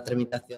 tramitación.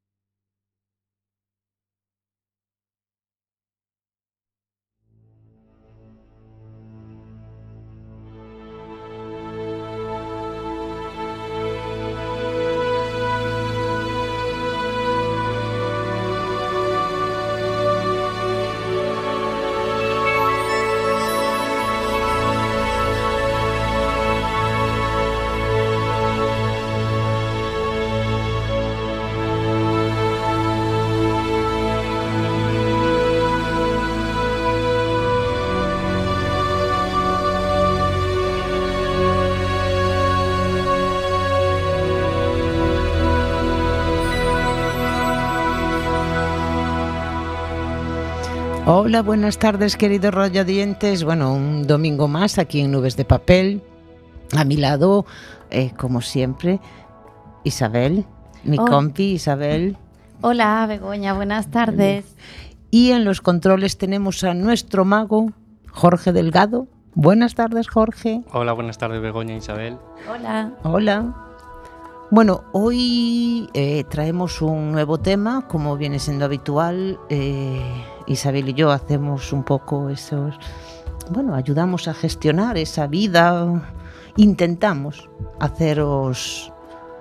Hola, buenas tardes, queridos radiodientes. Bueno, un domingo más aquí en Nubes de Papel. A mi lado, como siempre, Isabel, mi compi Isabel. Hola, Begoña, buenas tardes. Y en los controles tenemos a nuestro mago, Jorge Delgado. Buenas tardes, Jorge. Hola, buenas tardes, Begoña, Isabel. Hola. Hola. Bueno, hoy traemos un nuevo tema, como viene siendo habitual. Isabel y yo hacemos un poco esos... Bueno, ayudamos a gestionar esa vida. Intentamos haceros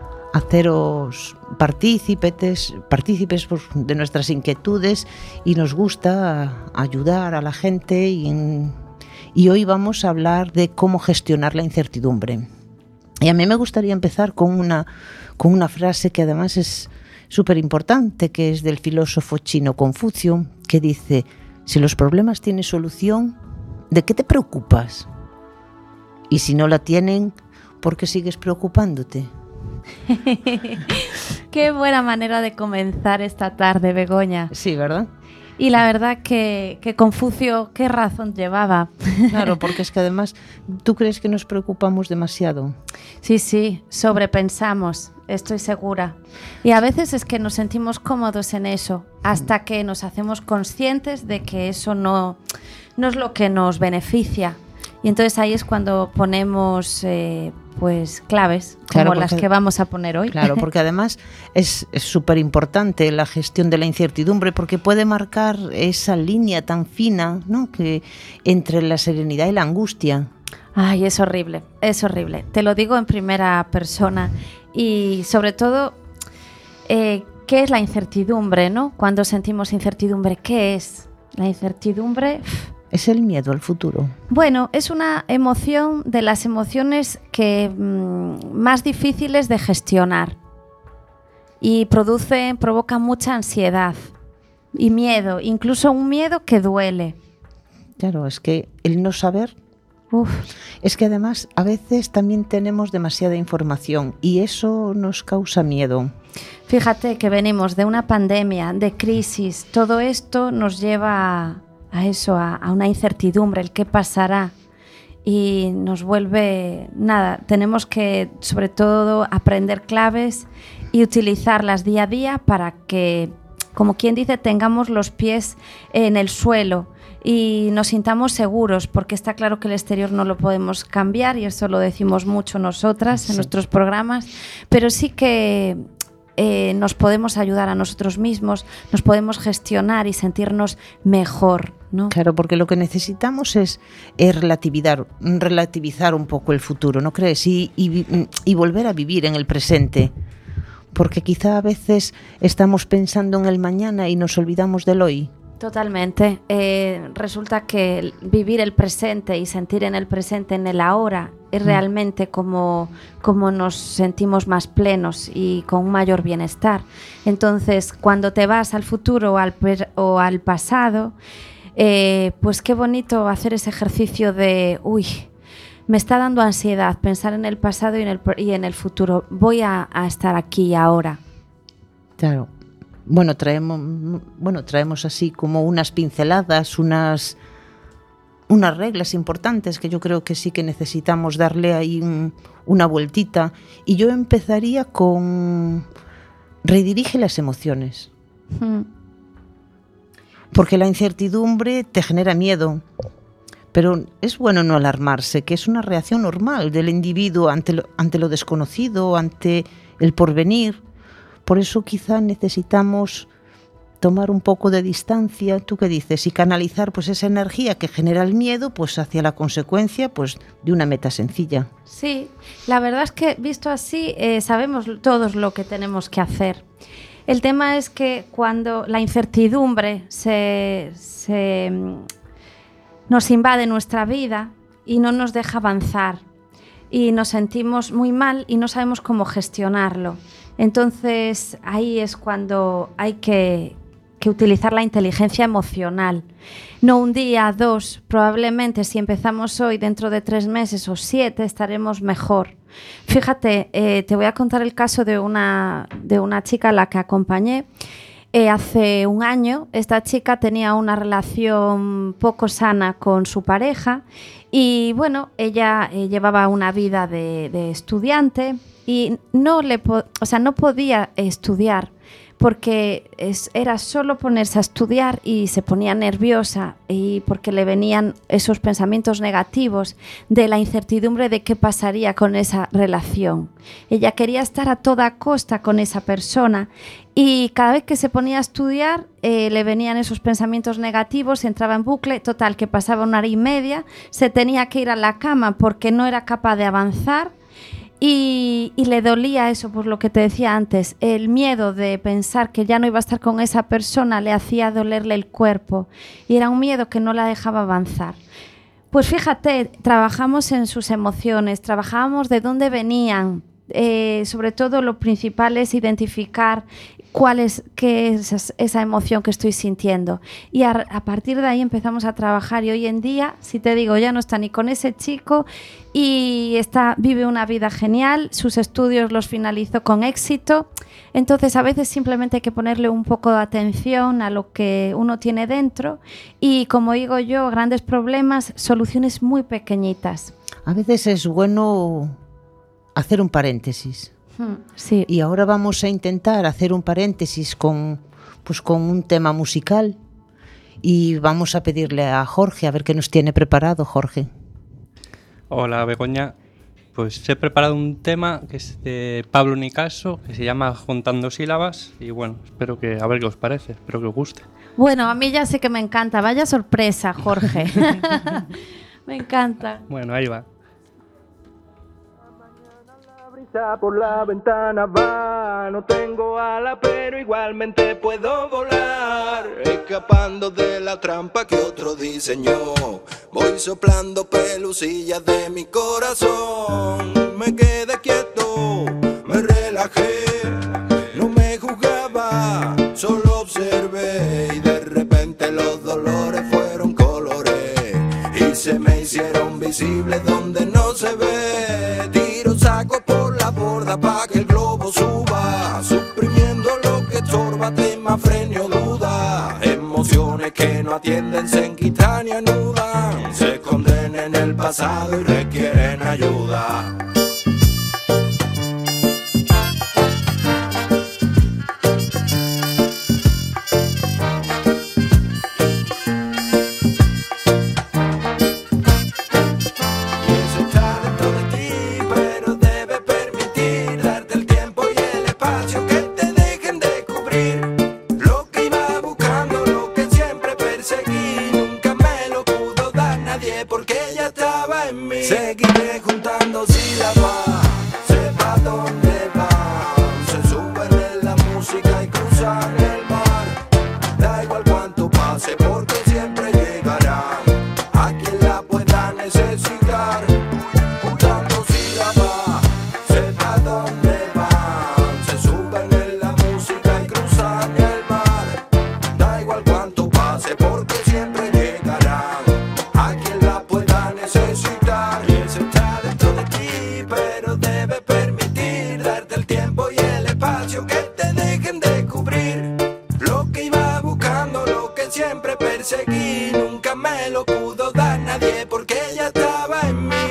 partícipes de nuestras inquietudes, y nos gusta ayudar a la gente, y hoy vamos a hablar de cómo gestionar la incertidumbre. Y a mí me gustaría empezar con una frase que además es súper importante, que es del filósofo chino Confucio, que dice: si los problemas tienen solución, ¿de qué te preocupas? Y si no la tienen, ¿por qué sigues preocupándote? Qué buena manera de comenzar esta tarde, Begoña. Sí, ¿verdad? Y la verdad que Confucio, qué razón llevaba. Claro, porque es que además, ¿tú crees que nos preocupamos demasiado? Sí, sobrepensamos, estoy segura. Y a veces es que nos sentimos cómodos en eso, hasta que nos hacemos conscientes de que eso no es lo que nos beneficia. Y entonces ahí es cuando ponemos pues claves, como las que vamos a poner hoy. Claro, porque además es súper importante la gestión de la incertidumbre, porque puede marcar esa línea tan fina, ¿no?, que entre la serenidad y la angustia. Ay, es horrible, es horrible. Te lo digo en primera persona. Y sobre todo, ¿qué es la incertidumbre, no? Cuando sentimos incertidumbre, ¿qué es? La incertidumbre... Es el miedo al futuro. Bueno, es una emoción de las emociones que más difíciles de gestionar, y provoca mucha ansiedad y miedo, incluso un miedo que duele. Claro, es que el no saber... Es que además a veces también tenemos demasiada información y eso nos causa miedo. Fíjate que venimos de una pandemia, de crisis, todo esto nos lleva a eso, a una incertidumbre, el qué pasará, y nos vuelve tenemos que sobre todo aprender claves y utilizarlas día a día para que, como quien dice, tengamos los pies en el suelo y nos sintamos seguros, porque está claro que el exterior no lo podemos cambiar, y eso lo decimos mucho nosotras en nuestros programas, pero sí que nos podemos ayudar a nosotros mismos, nos podemos gestionar y sentirnos mejor, ¿no? Claro, porque lo que necesitamos es relativizar un poco el futuro, ¿no crees? Y volver a vivir en el presente, porque quizá a veces estamos pensando en el mañana y nos olvidamos del hoy. Totalmente. Resulta que vivir el presente y sentir en el presente, en el ahora, es realmente como nos sentimos más plenos y con un mayor bienestar. Entonces, cuando te vas al futuro o al pasado, pues qué bonito hacer ese ejercicio de, me está dando ansiedad pensar en el pasado y en el futuro. Voy a estar aquí y ahora. Claro. Bueno, traemos así como unas pinceladas, unas reglas importantes que yo creo que sí que necesitamos darle ahí una vueltita. Y yo empezaría con redirige las emociones. Porque la incertidumbre te genera miedo, pero es bueno no alarmarse, que es una reacción normal del individuo ante lo desconocido, ante el porvenir. Por eso quizá necesitamos tomar un poco de distancia, ¿tú qué dices? Y canalizar pues esa energía que genera el miedo pues hacia la consecuencia pues de una meta sencilla. Sí, la verdad es que visto así sabemos todos lo que tenemos que hacer. El tema es que cuando la incertidumbre nos invade nuestra vida y no nos deja avanzar y nos sentimos muy mal y no sabemos cómo gestionarlo. Entonces ahí es cuando hay que utilizar la inteligencia emocional. No un día, 2, probablemente si empezamos hoy, dentro de 3 meses o 7 estaremos mejor. Fíjate, te voy a contar el caso de una chica a la que acompañé. Hace un año esta chica tenía una relación poco sana con su pareja y bueno, ella llevaba una vida de estudiante y no podía estudiar porque era solo ponerse a estudiar y se ponía nerviosa y porque le venían esos pensamientos negativos de la incertidumbre de qué pasaría con esa relación. Ella quería estar a toda costa con esa persona y cada vez que se ponía a estudiar le venían esos pensamientos negativos, entraba en bucle, total, que pasaba 1 hora y media, se tenía que ir a la cama porque no era capaz de avanzar. Y le dolía eso, por lo que te decía antes, el miedo de pensar que ya no iba a estar con esa persona le hacía dolerle el cuerpo y era un miedo que no la dejaba avanzar. Pues fíjate, trabajamos en sus emociones, trabajábamos de dónde venían, sobre todo lo principal es identificar qué es esa emoción que estoy sintiendo y a partir de ahí empezamos a trabajar y hoy en día, si te digo, ya no está ni con ese chico y vive una vida genial, sus estudios los finalizó con éxito. Entonces a veces simplemente hay que ponerle un poco de atención a lo que uno tiene dentro y, como digo yo, grandes problemas, soluciones muy pequeñitas. A veces es bueno hacer un paréntesis. Sí. Y ahora vamos a intentar hacer un paréntesis con un tema musical y vamos a pedirle a Jorge a ver qué nos tiene preparado. Jorge. Hola Begoña, pues he preparado un tema que es de Pablo Nicaso, que se llama Juntando sílabas y bueno, a ver qué os parece, espero que os guste. Bueno, a mí ya sé que me encanta, vaya sorpresa, Jorge. Me encanta. Bueno, ahí va. Por la ventana va, no tengo ala pero igualmente puedo volar, escapando de la trampa que otro diseñó. Voy soplando pelusillas de mi corazón, me quedé quieto, me relajé, no me juzgaba, solo observé y de repente los dolores fueron colores y se me hicieron visibles donde no se ve. Tiro saco por la borda pa' que el globo suba, suprimiendo lo que estorba, tema, frenio, duda. Emociones que no atienden, se enquitan y anudan, se esconden en el pasado y requieren ayuda. Seguiré juntando sílabas, sepa dónde van, se suben en la música y cruzan el mar. Da igual cuánto pase porque siempre llegarán a quien la pueda necesitar. Juntando sílabas, sepa dónde van, se suben en la música y cruzan el mar. Da igual cuánto pase porque siempre llegarán a quien la pueda necesitar. Siempre perseguí, nunca me lo pudo dar nadie porque ella estaba en mí.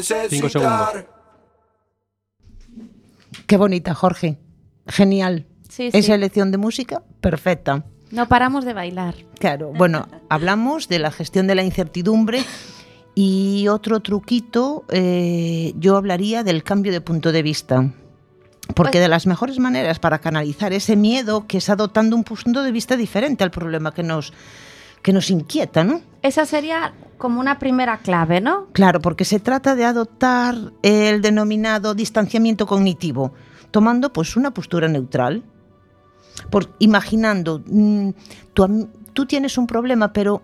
necesitar. Qué bonita, Jorge. Genial. Sí, Esa sí. elección de música, perfecta. No paramos de bailar. Claro, bueno, hablamos de la gestión de la incertidumbre y otro truquito, yo hablaría del cambio de punto de vista. Porque de las mejores maneras para canalizar ese miedo que es adoptando un punto de vista diferente al problema que nos inquieta, ¿no? Esa sería como una primera clave, ¿no? Claro, porque se trata de adoptar el denominado distanciamiento cognitivo, tomando pues una postura neutral. Imaginando, tú tienes un problema, pero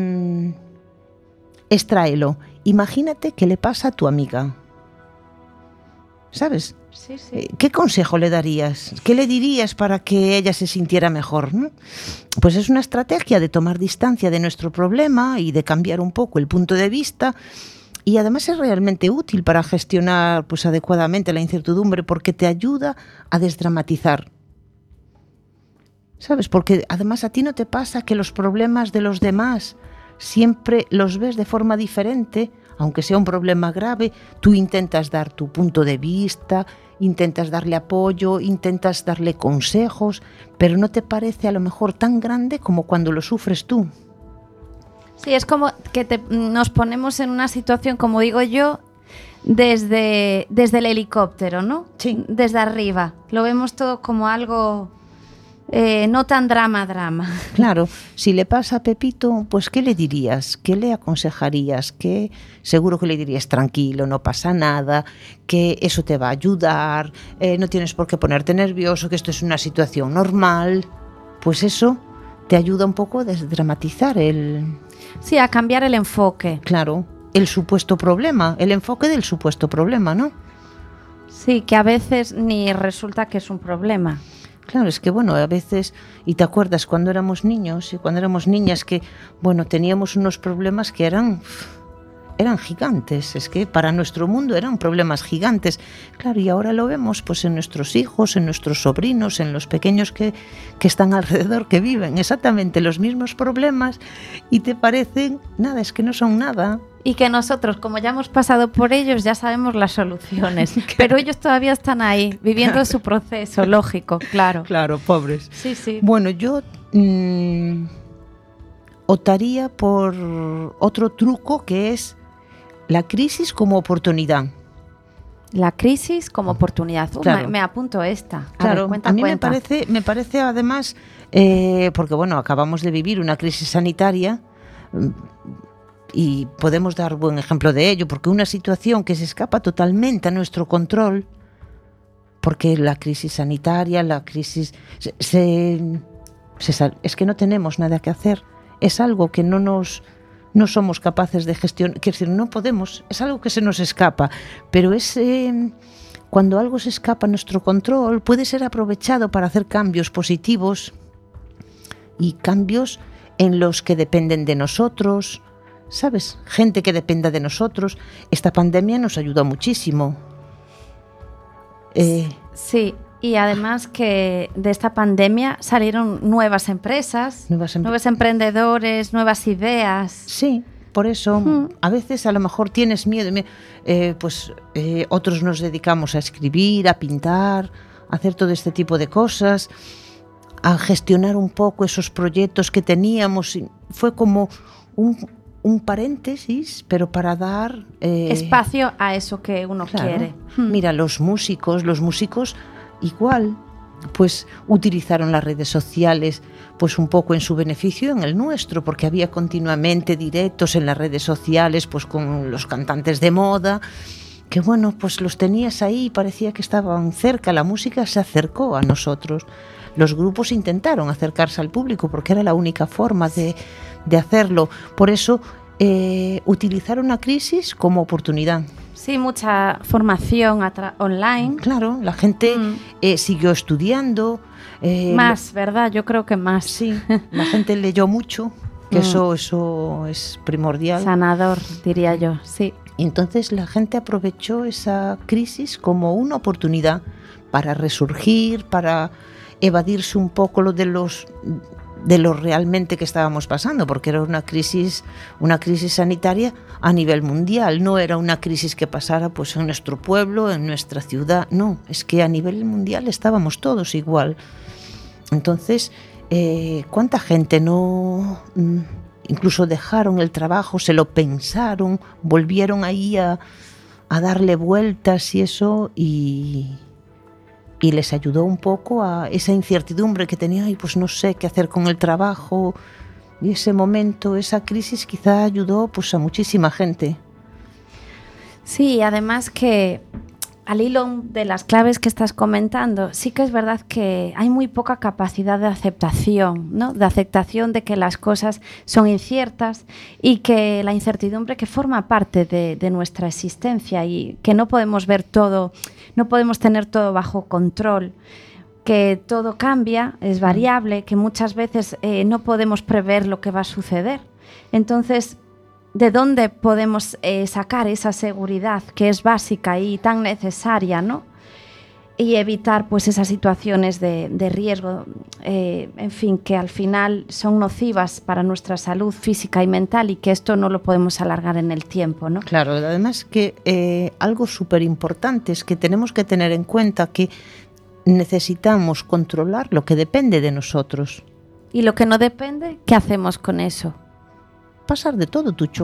extráelo. Imagínate qué le pasa a tu amiga. ¿Sabes? Sí, sí. ¿Qué consejo le darías? ¿Qué le dirías para que ella se sintiera mejor, ¿no? Pues es una estrategia de tomar distancia de nuestro problema y de cambiar un poco el punto de vista, y además es realmente útil para gestionar pues adecuadamente la incertidumbre, porque te ayuda a desdramatizar. ¿Sabes? Porque además a ti no te pasa que los problemas de los demás siempre los ves de forma diferente. Aunque sea un problema grave, tú intentas dar tu punto de vista, intentas darle apoyo, intentas darle consejos, pero no te parece a lo mejor tan grande como cuando lo sufres tú. Sí, es como que nos ponemos en una situación, como digo yo, desde el helicóptero, ¿no? Sí. Desde arriba. Lo vemos todo como algo no tan drama. Claro, si le pasa a Pepito, pues ¿qué le dirías? ¿Qué le aconsejarías? Que seguro que le dirías tranquilo, no pasa nada, que eso te va a ayudar, no tienes por qué ponerte nervioso, que esto es una situación normal. Pues eso te ayuda un poco a desdramatizar Sí, a cambiar el enfoque. Claro, el supuesto problema, el enfoque del supuesto problema, ¿no? Sí, que a veces ni resulta que es un problema. Claro, es que bueno, a veces, y te acuerdas cuando éramos niños y cuando éramos niñas que, bueno, teníamos unos problemas que eran gigantes, es que para nuestro mundo eran problemas gigantes. Claro, y ahora lo vemos pues en nuestros hijos, en nuestros sobrinos, en los pequeños que están alrededor, que viven exactamente los mismos problemas y te parecen, nada, es que no son nada. Y que nosotros, como ya hemos pasado por ellos, ya sabemos las soluciones. Pero ellos todavía están ahí, viviendo su proceso, lógico, claro. Claro, pobres. Sí, sí. Bueno, yo optaría por otro truco, que es la crisis como oportunidad. La crisis como oportunidad. Claro. Me apunto esta. Claro, ver, a mí cuenta. me parece además, porque bueno, acabamos de vivir una crisis sanitaria y podemos dar buen ejemplo de ello, porque una situación que se escapa totalmente a nuestro control, porque la crisis sanitaria, la crisis es que no tenemos nada que hacer, es algo que no somos capaces de gestionar, quiero decir, no podemos, es algo que se nos escapa, pero cuando algo se escapa a nuestro control puede ser aprovechado para hacer cambios positivos y cambios en los que dependen de nosotros, ¿sabes? Gente que dependa de nosotros. Esta pandemia nos ayudó muchísimo. Sí, y además que de esta pandemia salieron nuevas empresas, nuevos emprendedores, nuevas ideas. Sí, por eso a veces a lo mejor tienes miedo. Otros nos dedicamos a escribir, a pintar, a hacer todo este tipo de cosas, a gestionar un poco esos proyectos que teníamos. Fue como un paréntesis, pero para dar espacio a eso que uno quiere. Mira, los músicos igual, pues utilizaron las redes sociales pues un poco en su beneficio, en el nuestro, porque había continuamente directos en las redes sociales pues con los cantantes de moda, que bueno, pues los tenías ahí y parecía que estaban cerca, la música se acercó a nosotros. Los grupos intentaron acercarse al público porque era la única forma de hacerlo. Por eso utilizar una crisis como oportunidad. Sí, mucha formación online. Claro, la gente siguió estudiando. Más, ¿verdad? Yo creo que más. Sí, la gente leyó mucho, que eso es primordial. Sanador, diría yo, sí. Y entonces la gente aprovechó esa crisis como una oportunidad para resurgir, para evadirse un poco lo de de lo realmente que estábamos pasando, porque era una crisis sanitaria a nivel mundial, no era una crisis que pasara pues en nuestro pueblo, en nuestra ciudad, no, es que a nivel mundial estábamos todos igual. Entonces, ¿cuánta gente no incluso dejaron el trabajo, se lo pensaron, volvieron ahí a darle vueltas y eso, y les ayudó un poco a esa incertidumbre que tenía, y pues no sé qué hacer con el trabajo, y ese momento, esa crisis quizá ayudó pues a muchísima gente. Sí, además que al hilo de las claves que estás comentando, sí que es verdad que hay muy poca capacidad de aceptación, ¿no? De aceptación de que las cosas son inciertas y que la incertidumbre que forma parte de nuestra existencia y que no podemos ver todo, no podemos tener todo bajo control, que todo cambia, es variable, que muchas veces no podemos prever lo que va a suceder. Entonces, ¿de dónde podemos sacar esa seguridad que es básica y tan necesaria, ¿no? Y evitar pues esas situaciones de riesgo, en fin, que al final son nocivas para nuestra salud física y mental, y que esto no lo podemos alargar en el tiempo, ¿no? Claro, además que algo súper importante es que tenemos que tener en cuenta que necesitamos controlar lo que depende de nosotros. Y lo que no depende, ¿qué hacemos con eso? Pasar de todo, Tucho.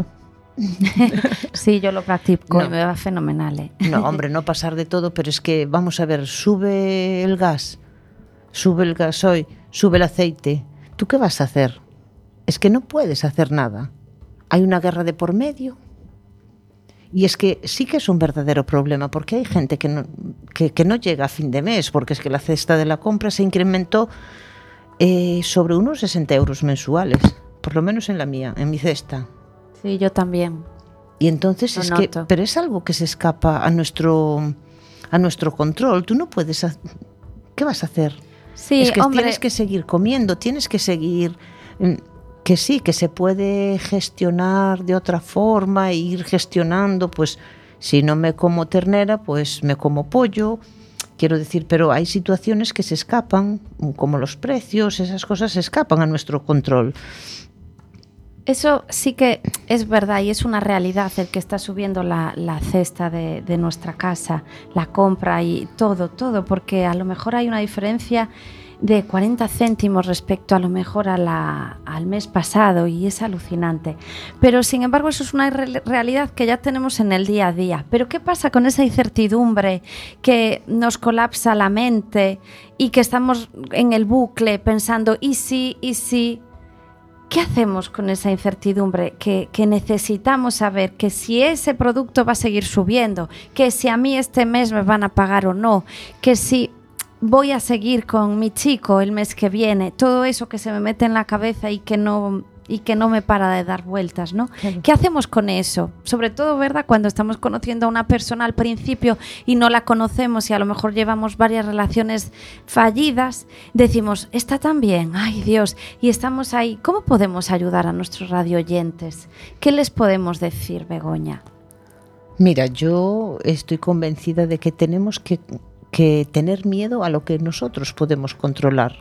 Sí, yo lo practico, no. Y me va fenomenal, ¿eh? No, hombre, no pasar de todo, pero es que, vamos a ver, sube el gas, sube el gasoil, sube el aceite. ¿Tú qué vas a hacer? Es que no puedes hacer nada. Hay una guerra de por medio. Y es que sí que es un verdadero problema, porque hay gente que no llega a fin de mes, porque es que la cesta de la compra se incrementó sobre unos 60 euros mensuales, por lo menos en la mía, en mi cesta. Sí, yo también. Y entonces lo es noto. pero es algo que se escapa a nuestro control. Tú no puedes, ¿qué vas a hacer? Sí, es que hombre, tienes que seguir comiendo, tienes que seguir, que sí, que se puede gestionar de otra forma e ir gestionando, pues si no me como ternera, pues me como pollo. Quiero decir, pero hay situaciones que se escapan, como los precios, esas cosas se escapan a nuestro control. eso sí que es verdad y es una realidad, el que está subiendo la cesta de nuestra casa, la compra y todo, porque a lo mejor hay una diferencia de 40 céntimos respecto a lo mejor al mes pasado, y es alucinante. Pero sin embargo eso es una realidad que ya tenemos en el día a día. Pero ¿qué pasa con esa incertidumbre que nos colapsa la mente y que estamos en el bucle pensando ¿y si? ¿Qué hacemos con esa incertidumbre? Que necesitamos saber que si ese producto va a seguir subiendo, que si a mí este mes me van a pagar o no, que si voy a seguir con mi chico el mes que viene, todo eso que se me mete en la cabeza y que no me para de dar vueltas, ¿no? Claro. ¿Qué hacemos con eso? Sobre todo, ¿verdad? Cuando estamos conociendo a una persona al principio y no la conocemos y a lo mejor llevamos varias relaciones fallidas, decimos, está tan bien, ay Dios, y estamos ahí. ¿Cómo podemos ayudar a nuestros radioyentes? ¿Qué les podemos decir, Begoña? Mira, yo estoy convencida de que tenemos que tener miedo a lo que nosotros podemos controlar.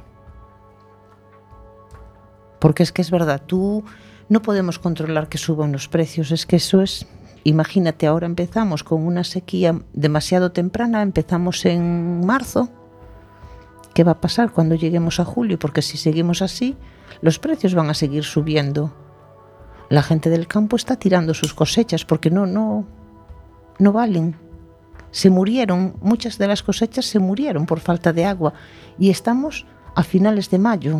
Porque es que es verdad, tú no podemos controlar que suban los precios, es que eso es, imagínate, ahora empezamos con una sequía demasiado temprana, empezamos en marzo, ¿qué va a pasar cuando lleguemos a julio? Porque si seguimos así, los precios van a seguir subiendo. La gente del campo está tirando sus cosechas porque no valen. Se murieron, muchas de las cosechas se murieron por falta de agua y estamos a finales de mayo.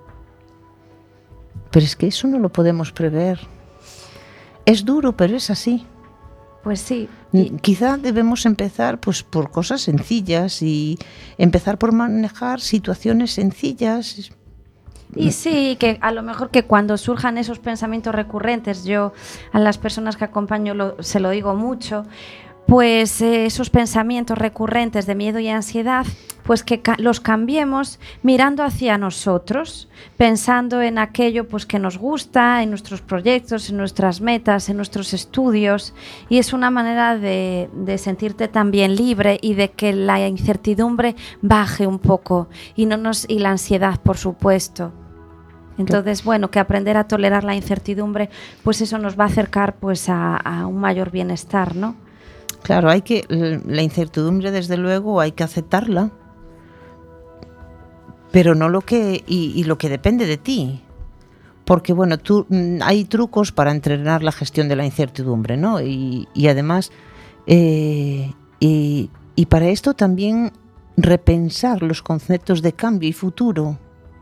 Pero es que eso no lo podemos prever. Es duro, pero es así. Pues sí. Quizá debemos empezar pues por cosas sencillas y empezar por manejar situaciones sencillas. Y sí, que a lo mejor que cuando surjan esos pensamientos recurrentes, yo a las personas que acompaño se lo digo mucho, pues esos pensamientos recurrentes de miedo y ansiedad, pues que los cambiemos mirando hacia nosotros, pensando en aquello pues que nos gusta, en nuestros proyectos, en nuestras metas, en nuestros estudios, y es una manera de sentirte también libre y de que la incertidumbre baje un poco y la ansiedad, por supuesto. Entonces, bueno, que aprender a tolerar la incertidumbre, pues eso nos va a acercar pues a un mayor bienestar, ¿no? Claro, la incertidumbre, desde luego, hay que aceptarla, pero no lo que depende de ti. Porque, bueno, hay trucos para entrenar la gestión de la incertidumbre, ¿no? Y además, y para esto también repensar los conceptos de cambio y futuro.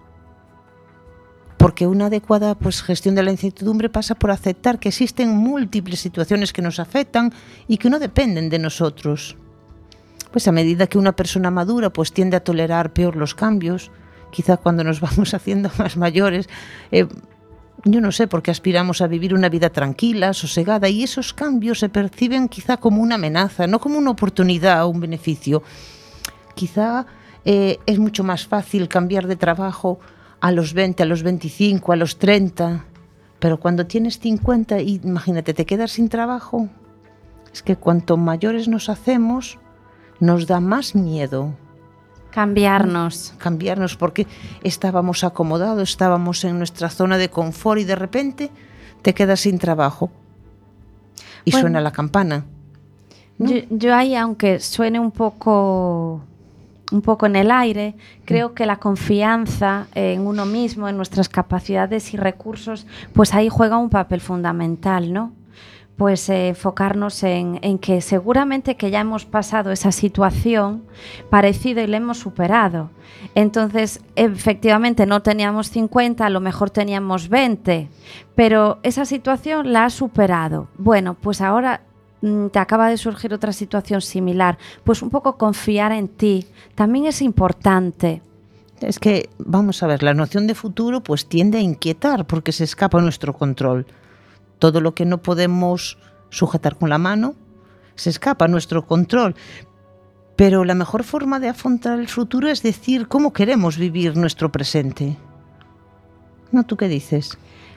Porque una adecuada gestión de la incertidumbre pasa por aceptar que existen múltiples situaciones que nos afectan y que no dependen de nosotros. Pues a medida que una persona madura tiende a tolerar peor los cambios, quizá cuando nos vamos haciendo más mayores, yo no sé, porque aspiramos a vivir una vida tranquila, sosegada, y esos cambios se perciben quizá como una amenaza, no como una oportunidad o un beneficio. Quizá es mucho más fácil cambiar de trabajo a los 20, a los 25, a los 30, pero cuando tienes 50, imagínate, te quedas sin trabajo. Es que cuanto mayores nos hacemos, nos da más miedo cambiarnos, porque estábamos acomodados, estábamos en nuestra zona de confort y de repente te quedas sin trabajo y suena la campana, ¿no? Yo ahí, aunque suene un poco en el aire, creo que la confianza en uno mismo, en nuestras capacidades y recursos, pues ahí juega un papel fundamental, ¿no? Pues enfocarnos en que seguramente que ya hemos pasado esa situación parecida y la hemos superado. Entonces, efectivamente, no teníamos 50, a lo mejor teníamos 20, pero esa situación la has superado. Bueno, pues ahora te acaba de surgir otra situación similar. Pues un poco confiar en ti también es importante. Es que, vamos a ver, la noción de futuro tiende a inquietar porque se escapa a nuestro control. Todo lo que no podemos sujetar con la mano se escapa a nuestro control. Pero la mejor forma de afrontar el futuro es decir cómo queremos vivir nuestro presente. ¿No? ¿Tú qué dices?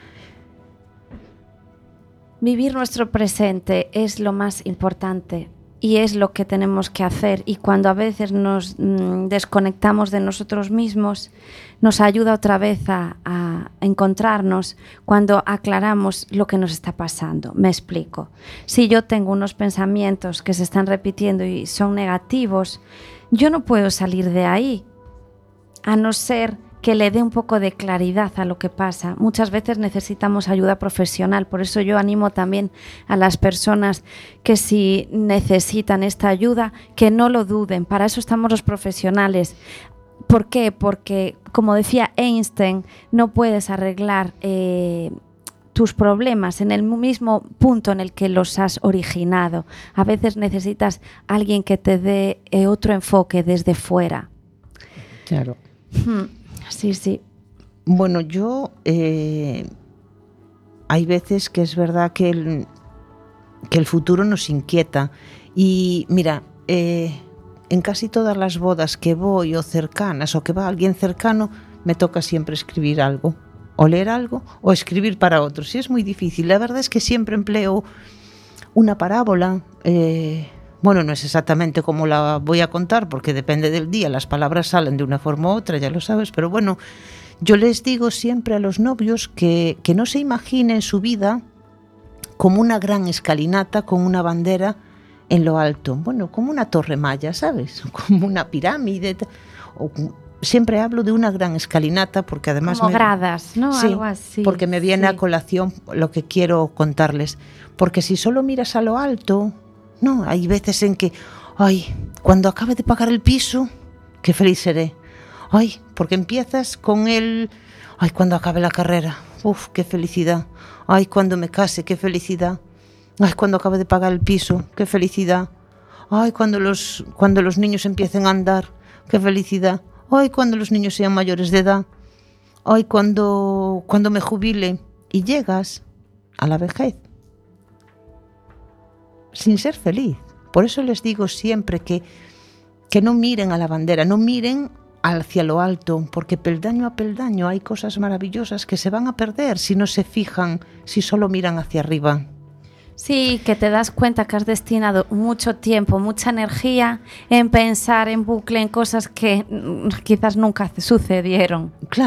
Vivir nuestro presente es lo más importante y es lo que tenemos que hacer. Y cuando a veces nos desconectamos de nosotros mismos, nos ayuda otra vez a encontrarnos cuando aclaramos lo que nos está pasando. Me explico. Si yo tengo unos pensamientos que se están repitiendo y son negativos, yo no puedo salir de ahí, a no ser que le dé un poco de claridad a lo que pasa. Muchas veces necesitamos ayuda profesional, por eso yo animo también a las personas que si necesitan esta ayuda, que no lo duden, para eso estamos los profesionales. ¿Por qué? Porque, como decía Einstein, no puedes arreglar tus problemas en el mismo punto en el que los has originado. A veces necesitas a alguien que te dé otro enfoque desde fuera. Claro. Sí. Bueno, yo hay veces que es verdad que el futuro nos inquieta. Y mira, en casi todas las bodas que voy o cercanas o que va alguien cercano, me toca siempre escribir algo, o leer algo, o escribir para otros. Y es muy difícil. La verdad es que siempre empleo una parábola. Bueno, no es exactamente como la voy a contar, porque depende del día, las palabras salen de una forma u otra, ya lo sabes, pero bueno, yo les digo siempre a los novios que no se imaginen su vida como una gran escalinata con una bandera en lo alto, bueno, como una torre maya, ¿sabes? Como una pirámide. Siempre hablo de una gran escalinata porque además... Como gradas, ¿no? Sí, algo así. Porque me viene a colación lo que quiero contarles. Porque si solo miras a lo alto... No, hay veces en que, cuando acabe de pagar el piso, qué feliz seré. Porque empiezas con cuando acabe la carrera, qué felicidad. Cuando me case, qué felicidad. Cuando acabe de pagar el piso, qué felicidad. Cuando los niños empiecen a andar, qué felicidad. Cuando los niños sean mayores de edad. Cuando me jubile. Y llegas a la vejez sin ser feliz. Por eso les digo siempre que no miren a la bandera, no miren hacia lo alto, porque peldaño a peldaño hay cosas maravillosas que se van a perder si no se fijan, si solo miran hacia arriba. Sí, que te das cuenta que has destinado mucho tiempo, mucha energía en pensar en bucle, en cosas que quizás nunca sucedieron. Claro,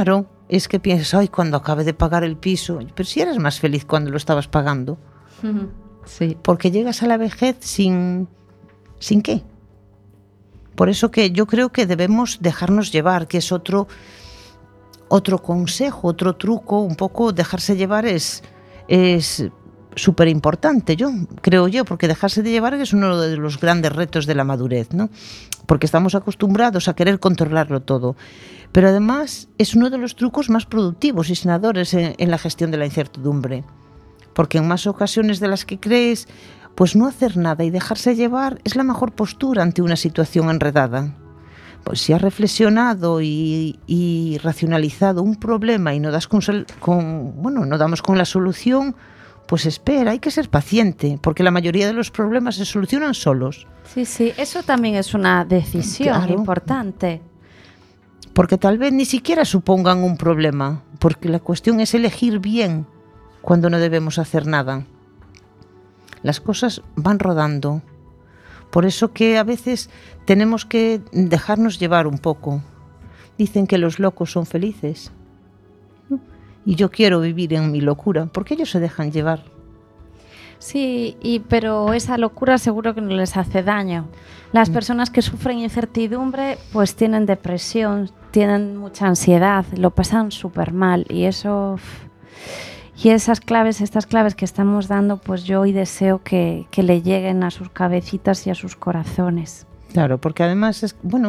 es que piensas, ay, cuando acabe de pagar el piso, pero si eras más feliz cuando lo estabas pagando. Sí. Porque llegas a la vejez sin qué. Por eso que yo creo que debemos dejarnos llevar, que es otro consejo, otro truco, un poco dejarse llevar es súper importante, creo yo, porque dejarse de llevar es uno de los grandes retos de la madurez, ¿no? Porque estamos acostumbrados a querer controlarlo todo. Pero además es uno de los trucos más productivos y sanadores en la gestión de la incertidumbre. Porque en más ocasiones de las que crees, pues no hacer nada y dejarse llevar es la mejor postura ante una situación enredada. Pues si has reflexionado y racionalizado un problema y no damos con la solución, pues espera, hay que ser paciente, porque la mayoría de los problemas se solucionan solos. Sí, eso también es una decisión importante. Porque tal vez ni siquiera supongan un problema, porque la cuestión es elegir bien cuando no debemos hacer nada. Las cosas van rodando. Por eso que a veces tenemos que dejarnos llevar un poco. Dicen que los locos son felices. Y yo quiero vivir en mi locura, porque ellos se dejan llevar. Sí, pero esa locura seguro que no les hace daño. Las personas que sufren incertidumbre pues tienen depresión, tienen mucha ansiedad, lo pasan súper mal y eso... Y estas claves que estamos dando, pues yo hoy deseo que le lleguen a sus cabecitas y a sus corazones. Claro, porque además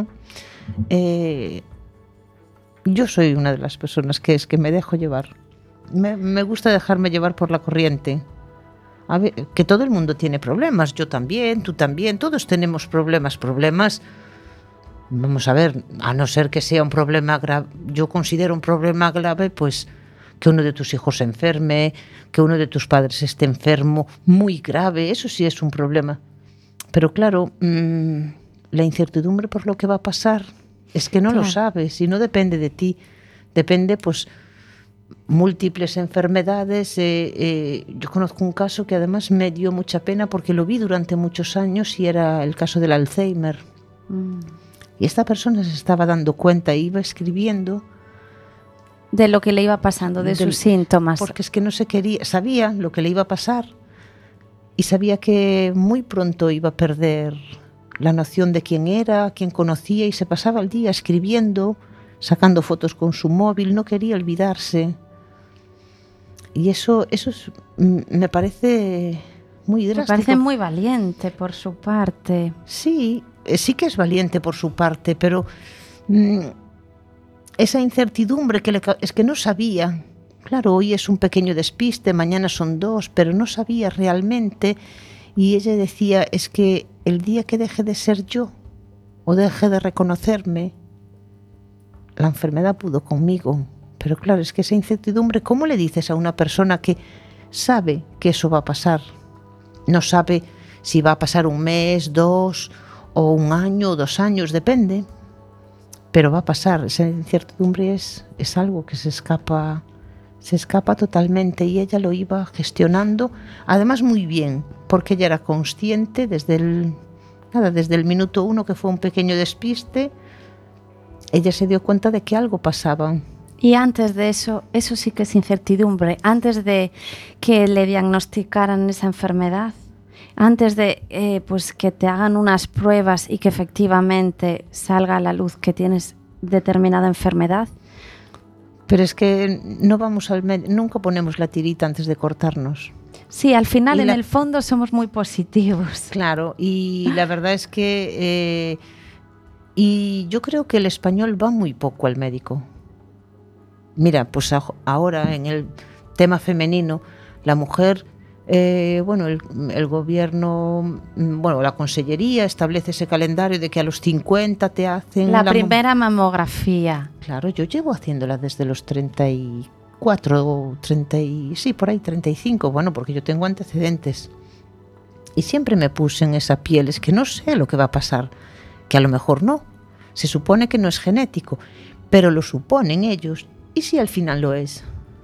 yo soy una de las personas que me dejo llevar. Me gusta dejarme llevar por la corriente. A ver, que todo el mundo tiene problemas, yo también, tú también, todos tenemos problemas. Vamos a ver, a no ser que sea un problema grave, yo considero un problema grave, pues que uno de tus hijos se enferme, que uno de tus padres esté enfermo, muy grave, eso sí es un problema. Pero claro, la incertidumbre por lo que va a pasar es que no lo sabes y no depende de ti. Depende, pues, múltiples enfermedades. Yo conozco un caso que además me dio mucha pena porque lo vi durante muchos años y era el caso del Alzheimer. Y esta persona se estaba dando cuenta, iba escribiendo de lo que le iba pasando, de sus síntomas. Porque es que no se quería, sabía lo que le iba a pasar y sabía que muy pronto iba a perder la noción de quién era, quién conocía, y se pasaba el día escribiendo, sacando fotos con su móvil, no quería olvidarse. Y eso me parece muy drástico. Me parece muy valiente por su parte. Sí que es valiente por su parte, pero esa incertidumbre es que no sabía. Claro, hoy es un pequeño despiste, mañana son 2, pero no sabía realmente. Y ella decía, es que el día que deje de ser yo o deje de reconocerme, la enfermedad pudo conmigo. Pero claro, es que esa incertidumbre, ¿cómo le dices a una persona que sabe que eso va a pasar? No sabe si va a pasar 1 mes, 2, o 1 año, o 2 años, depende. Pero va a pasar. Esa incertidumbre es algo que se escapa totalmente, y ella lo iba gestionando, además muy bien, porque ella era consciente desde el minuto 1, que fue un pequeño despiste, ella se dio cuenta de que algo pasaba. Y antes de eso sí que es incertidumbre, antes de que le diagnosticaran esa enfermedad, antes de pues que te hagan unas pruebas y que efectivamente salga a la luz que tienes determinada enfermedad. Pero es que no vamos al médico, nunca ponemos la tirita antes de cortarnos. Sí, al final en el fondo somos muy positivos. Claro, y la verdad es que y yo creo que el español va muy poco al médico. Mira, pues ahora en el tema femenino, la mujer, el gobierno, la consellería establece ese calendario de que a los 50 te hacen la primera mamografía. Claro, yo llevo haciéndola desde los 34 o 35, porque yo tengo antecedentes. Y siempre me puse en esa piel, es que no sé lo que va a pasar, que a lo mejor no. Se supone que no es genético, pero lo suponen ellos. ¿Y si al final lo es?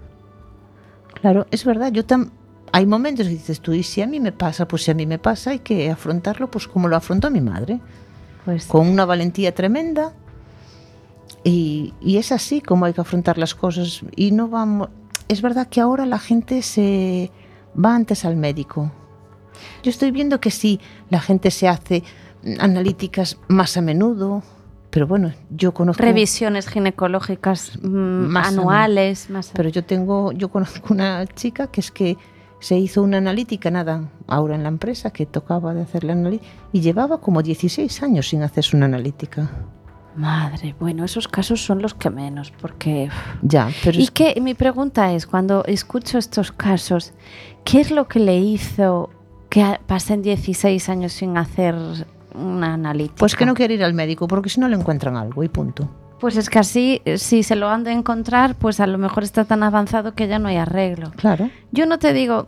Claro, es verdad, hay momentos que dices tú, ¿y si a mí me pasa? Pues si a mí me pasa hay que afrontarlo pues como lo afrontó mi madre, pues con una valentía tremenda Y es así como hay que afrontar las cosas. Y no vamos. Es verdad que ahora la gente se va antes al médico. Yo estoy viendo que sí, la gente se hace analíticas más a menudo, pero bueno, yo conozco revisiones ginecológicas anuales, pero yo conozco una chica que es que se hizo una analítica ahora en la empresa que tocaba de hacer la analítica y llevaba como 16 años sin hacerse una analítica. Madre, bueno, esos casos son los que menos, porque... Ya, pero y que mi pregunta es, cuando escucho estos casos, ¿qué es lo que le hizo que pasen 16 años sin hacer una analítica? Pues que no quiere ir al médico, porque si no le encuentran algo y punto. Pues es que así, si se lo han de encontrar, pues a lo mejor está tan avanzado que ya no hay arreglo. Claro. Yo no te digo...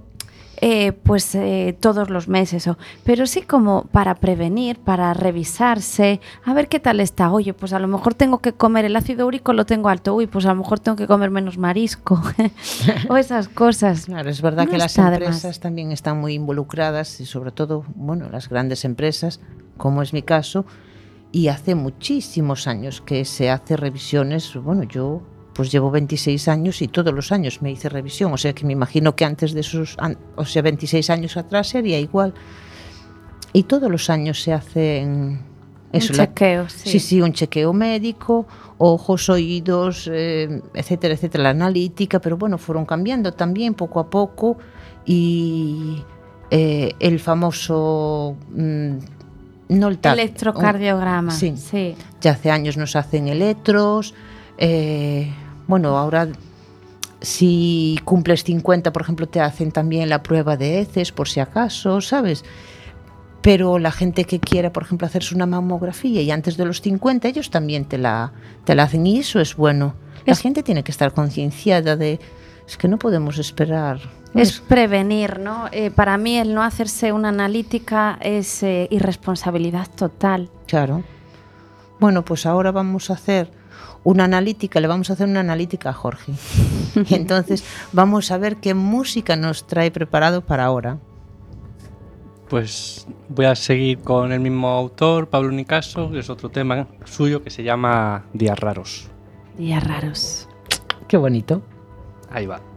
todos los meses, pero sí como para prevenir, para revisarse, a ver qué tal está. Oye, pues a lo mejor tengo que comer, el ácido úrico lo tengo alto, pues a lo mejor tengo que comer menos marisco o esas cosas. Claro, es verdad que las empresas también están muy involucradas y sobre todo, bueno, las grandes empresas, como es mi caso, y hace muchísimos años que se hace revisiones. Bueno, yo pues llevo 26 años y todos los años me hice revisión, o sea que me imagino que antes de esos, 26 años atrás sería igual. Y todos los años se hacen eso, un chequeo, sí. Sí, un chequeo médico, ojos, oídos, etcétera, etcétera, la analítica, pero bueno, fueron cambiando también poco a poco y el famoso... no el electrocardiograma. Sí. Ya hace años nos hacen electros. Bueno, ahora si cumples 50, por ejemplo, te hacen también la prueba de heces, por si acaso, ¿sabes? Pero la gente que quiera, por ejemplo, hacerse una mamografía y antes de los 50, ellos también te la hacen y eso es bueno. La gente tiene que estar concienciada de... Es que no podemos esperar. Es prevenir, ¿no? Para mí el no hacerse una analítica es irresponsabilidad total. Claro. Bueno, pues ahora vamos a hacer... le vamos a hacer una analítica a Jorge. Y entonces vamos a ver qué música nos trae preparado para ahora. Pues voy a seguir con el mismo autor, Pablo Nicaso, que es otro tema suyo que se llama Días Raros. Días Raros. Qué bonito. Ahí va.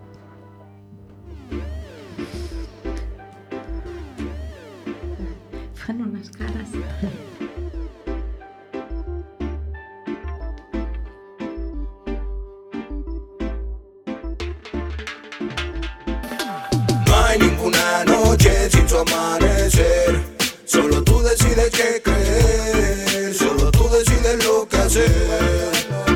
Fueron unas caras. Hay ninguna noche sin su amanecer. Solo tú decides qué creer. Solo tú decides lo que hacer.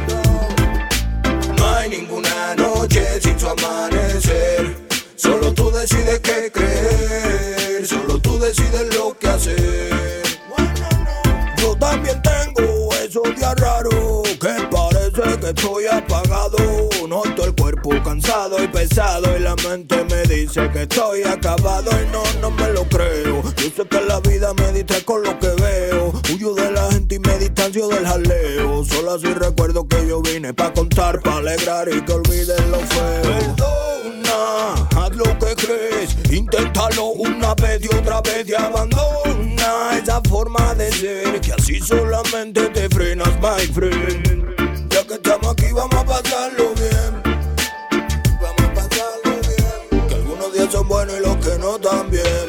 No hay ninguna noche sin su amanecer. Solo tú decides qué creer. Solo tú decides lo que hacer. Yo también tengo esos días raros que parece que estoy apagado. Noto el cuerpo cansado y pesado y la mente me dice que estoy acabado y no me lo creo. Yo sé que la vida me distrae con lo que veo. Huyo de la gente y me distancio del jaleo. Solo así recuerdo que yo vine pa' contar, pa' alegrar y que olviden lo feo. Perdona, haz lo que crees, inténtalo una vez y otra vez y abandona esa forma de ser que así solamente te frenas, my friend. Ya que estamos aquí vamos a pasarlo bien. Vamos a pasarlo bien. Que algunos días son buenos y los que no también.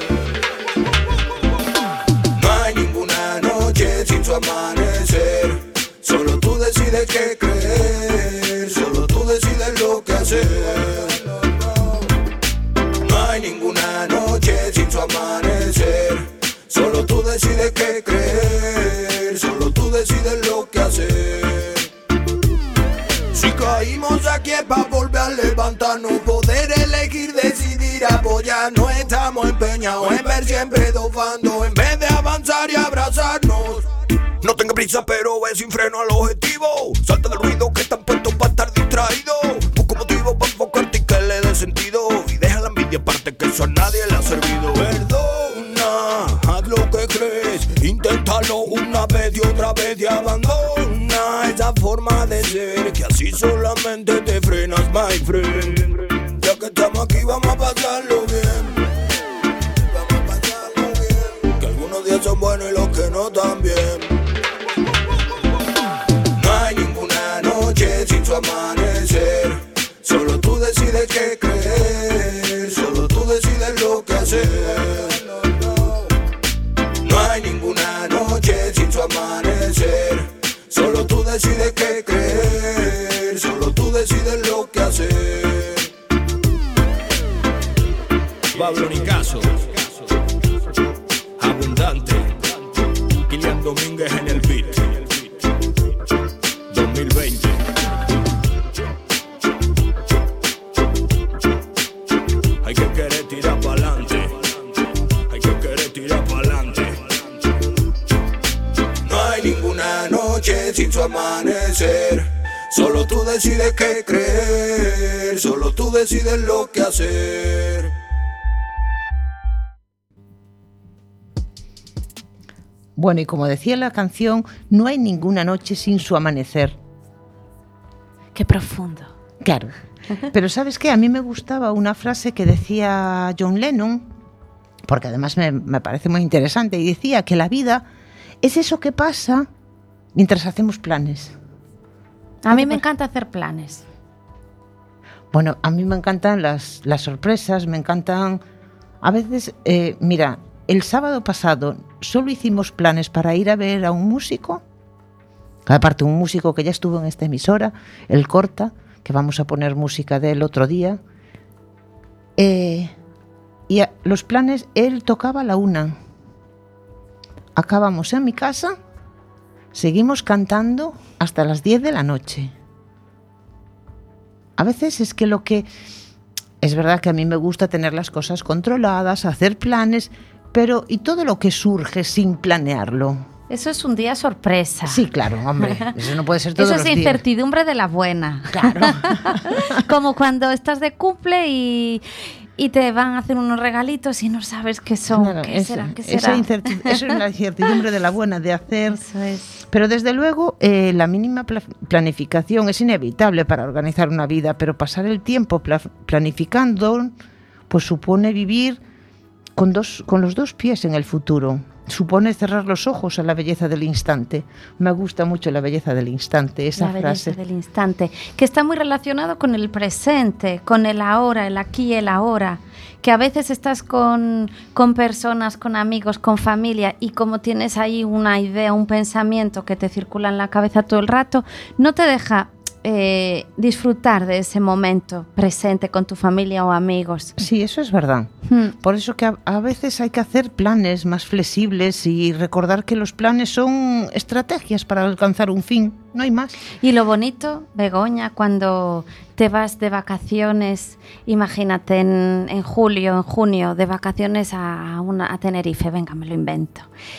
No hay ninguna noche sin su amanecer. Solo tú decides qué creer. Solo tú decides lo que hacer. No hay ninguna noche sin su amanecer. Solo tú decides qué creer. Solo tú decides lo que hacer. Si caímos aquí es pa' volver a levantarnos, poder elegir, decidir, apoyar. No estamos empeñados en ver siempre dos bandos, en vez de avanzar y abrazarnos. No tenga prisa pero ve sin freno al objetivo. Salta del ruido que están puestos para estar distraído. Busca motivo para enfocarte y que le dé sentido. Y deja la envidia aparte que eso a nadie le ha servido. Perdona, haz lo que crees, inténtalo una vez y otra vez y abandona esa forma de ser que así solamente te frenas, my friend. Ya que estamos aquí vamos a pasarlo bien. Vamos a pasarlo bien. Que algunos días son buenos y los que no también. No hay ninguna decides qué creer, solo tú decides lo que hacer. No hay ninguna noche sin su amanecer, solo tú decides qué creer, solo tú decides lo que hacer. Pablo Nicaso, Abundante, Kilian Domínguez en el beat, 2020. Hay que querer tirar pa'lante, hay que querer tirar pa'lante. No hay ninguna noche sin su amanecer, solo tú decides qué creer, solo tú decides lo que hacer. Bueno, y como decía la canción, no hay ninguna noche sin su amanecer. Qué profundo. Claro. Pero ¿sabes qué? A mí me gustaba una frase que decía John Lennon, porque además me parece muy interesante, y decía que la vida es eso que pasa mientras hacemos planes. A mí me encanta hacer planes. Bueno, a mí me encantan las sorpresas, me encantan... A veces, mira, el sábado pasado solo hicimos planes para ir a ver a un músico, aparte un músico que ya estuvo en esta emisora, el Corta, que vamos a poner música de él otro día. Los planes, él tocaba a la 1. Acabamos en mi casa, seguimos cantando hasta las 10 de la noche. A veces es que es verdad que a mí me gusta tener las cosas controladas, hacer planes, pero ¿y todo lo que surge sin planearlo? Eso es un día sorpresa. Sí, claro, hombre, eso no puede ser todos los días. Eso es incertidumbre de la buena. Claro. Como cuando estás de cumple y te van a hacer unos regalitos y no sabes qué son. Claro, ¿Qué será? Eso es la incertidumbre de la buena, de hacer. Eso es. Pero desde luego, la mínima planificación es inevitable para organizar una vida, pero pasar el tiempo planificando, pues supone vivir con los dos pies en el futuro. Supone cerrar los ojos a la belleza del instante. Me gusta mucho la belleza del instante, esa frase. La belleza del instante, que está muy relacionado con el presente, con el ahora, el aquí y el ahora. Que a veces estás con personas, con amigos, con familia, y como tienes ahí una idea, un pensamiento que te circula en la cabeza todo el rato, no te deja disfrutar de ese momento presente con tu familia o amigos. Sí, eso es verdad. Por eso que a veces hay que hacer planes más flexibles y recordar que los planes son estrategias para alcanzar un fin, no hay más. Y lo bonito, Begoña, cuando te vas de vacaciones, imagínate en julio, en junio, de vacaciones a Tenerife, venga, me lo invento.